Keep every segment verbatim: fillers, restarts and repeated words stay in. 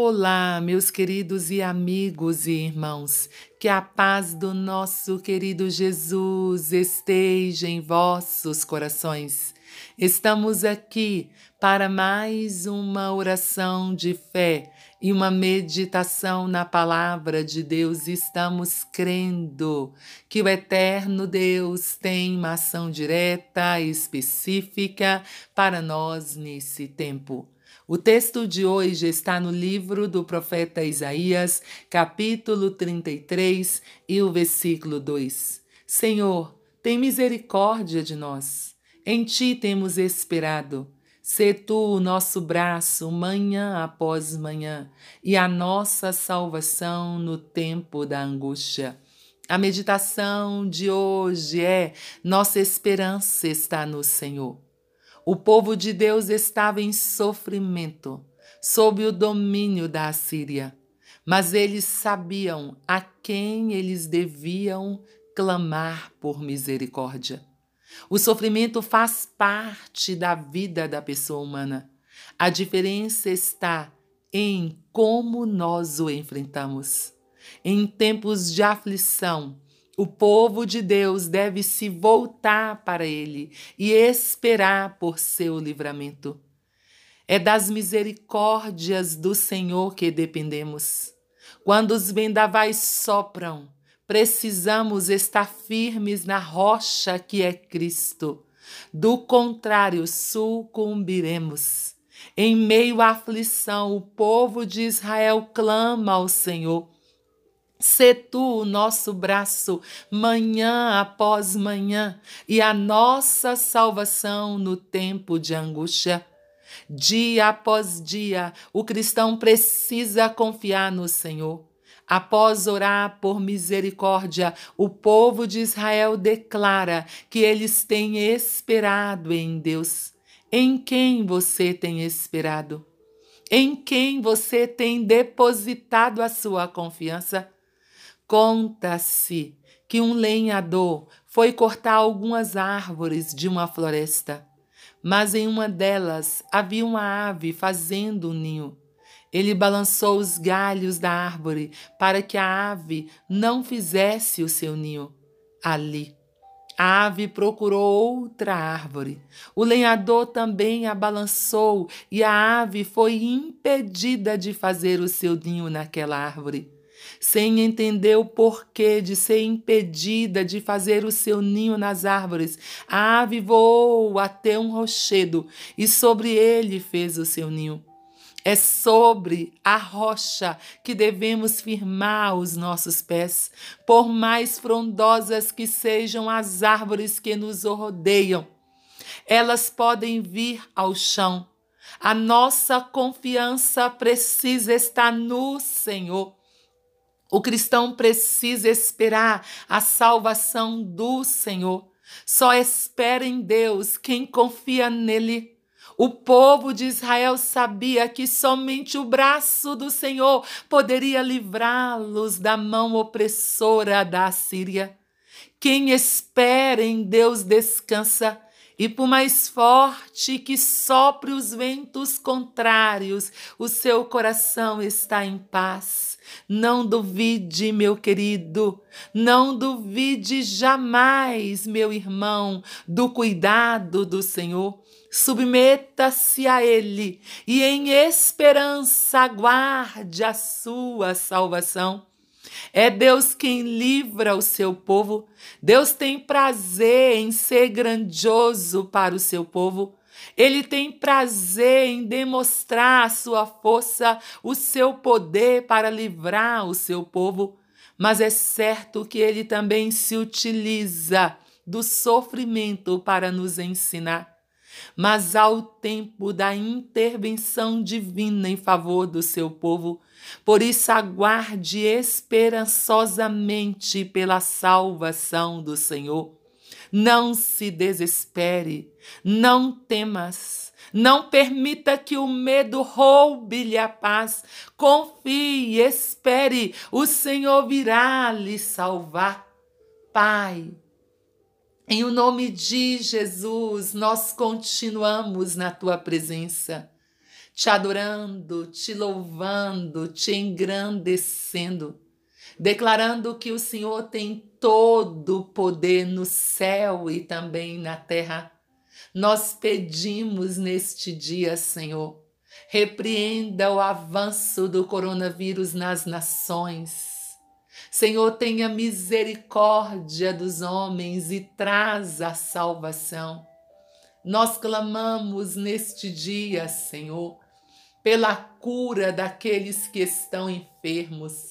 Olá, meus queridos e amigos e irmãos, que a paz do nosso querido Jesus esteja em vossos corações. Estamos aqui para mais uma oração de fé e uma meditação na palavra de Deus. Estamos crendo que o eterno Deus tem uma ação direta e específica para nós nesse tempo. O texto de hoje está no livro do profeta Isaías, capítulo trinta e três, e o versículo dois. Senhor, tem misericórdia de nós. Em ti temos esperado. Sê tu o nosso braço manhã após manhã e a nossa salvação no tempo da angústia. A meditação de hoje é: nossa esperança está no Senhor. O povo de Deus estava em sofrimento, sob o domínio da Assíria, mas eles sabiam a quem eles deviam clamar por misericórdia. O sofrimento faz parte da vida da pessoa humana. A diferença está em como nós o enfrentamos. Em tempos de aflição, o povo de Deus deve se voltar para Ele e esperar por seu livramento. É das misericórdias do Senhor que dependemos. Quando os vendavais sopram, precisamos estar firmes na rocha que é Cristo. Do contrário, sucumbiremos. Em meio à aflição, o povo de Israel clama ao Senhor. Sê tu o nosso braço, manhã após manhã, e a nossa salvação no tempo de angústia. Dia após dia, o cristão precisa confiar no Senhor. Após orar por misericórdia, o povo de Israel declara que eles têm esperado em Deus. Em quem você tem esperado? Em quem você tem depositado a sua confiança? Conta-se que um lenhador foi cortar algumas árvores de uma floresta, mas em uma delas havia uma ave fazendo um ninho. Ele balançou os galhos da árvore para que a ave não fizesse o seu ninho ali. A ave procurou outra árvore. O lenhador também a balançou e a ave foi impedida de fazer o seu ninho naquela árvore. Sem entender o porquê de ser impedida de fazer o seu ninho nas árvores, a ave voou até um rochedo e sobre ele fez o seu ninho. É sobre a rocha que devemos firmar os nossos pés, por mais frondosas que sejam as árvores que nos rodeiam. Elas podem vir ao chão. A nossa confiança precisa estar no Senhor. O cristão precisa esperar a salvação do Senhor. Só espera em Deus quem confia nele. O povo de Israel sabia que somente o braço do Senhor poderia livrá-los da mão opressora da Assíria. Quem espera em Deus descansa. E por mais forte que sopre os ventos contrários, o seu coração está em paz. Não duvide, meu querido, não duvide jamais, meu irmão, do cuidado do Senhor. Submeta-se a Ele e em esperança aguarde a sua salvação. É Deus quem livra o seu povo. Deus tem prazer em ser grandioso para o seu povo. Ele tem prazer em demonstrar a sua força, o seu poder para livrar o seu povo. Mas é certo que ele também se utiliza do sofrimento para nos ensinar. Mas ao tempo da intervenção divina em favor do seu povo, por isso aguarde esperançosamente pela salvação do Senhor. Não se desespere, não temas, não permita que o medo roube-lhe a paz. Confie, espere, o Senhor virá lhe salvar. Pai, em o nome de Jesus, nós continuamos na tua presença. te adorando, te louvando, te engrandecendo, declarando que o Senhor tem todo o poder no céu e também na terra. Nós pedimos neste dia, Senhor, repreenda o avanço do coronavírus nas nações. Senhor, tenha misericórdia dos homens e traz a salvação. Nós clamamos neste dia, Senhor, pela cura daqueles que estão enfermos.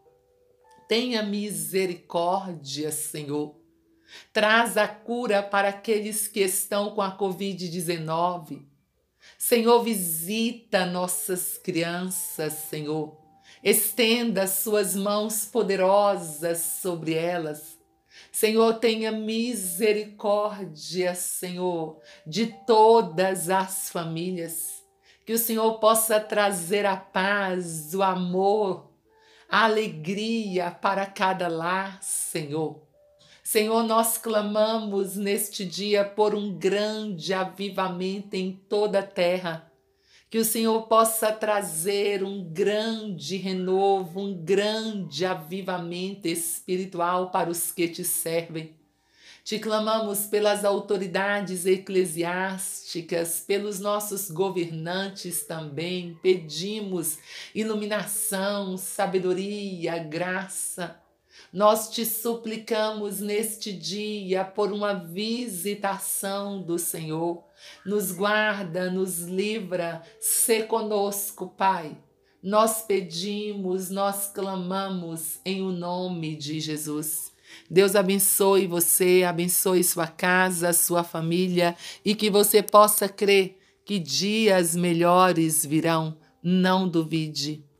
Tenha misericórdia, Senhor. Traz a cura para aqueles que estão com a covid dezenove. Senhor, visita nossas crianças, Senhor. Estenda suas mãos poderosas sobre elas. Senhor, tenha misericórdia, Senhor, de todas as famílias. Que o Senhor possa trazer a paz, o amor, a alegria para cada lar, Senhor. Senhor, nós clamamos neste dia por um grande avivamento em toda a terra. Que o Senhor possa trazer um grande renovo, um grande avivamento espiritual para os que te servem. Te clamamos pelas autoridades eclesiásticas, pelos nossos governantes também. Pedimos iluminação, sabedoria, graça. Nós te suplicamos neste dia por uma visitação do Senhor. Nos guarda, nos livra, sê conosco, Pai. Nós pedimos, nós clamamos em o nome de Jesus. Deus abençoe você, abençoe sua casa, sua família e que você possa crer que dias melhores virão. Não duvide.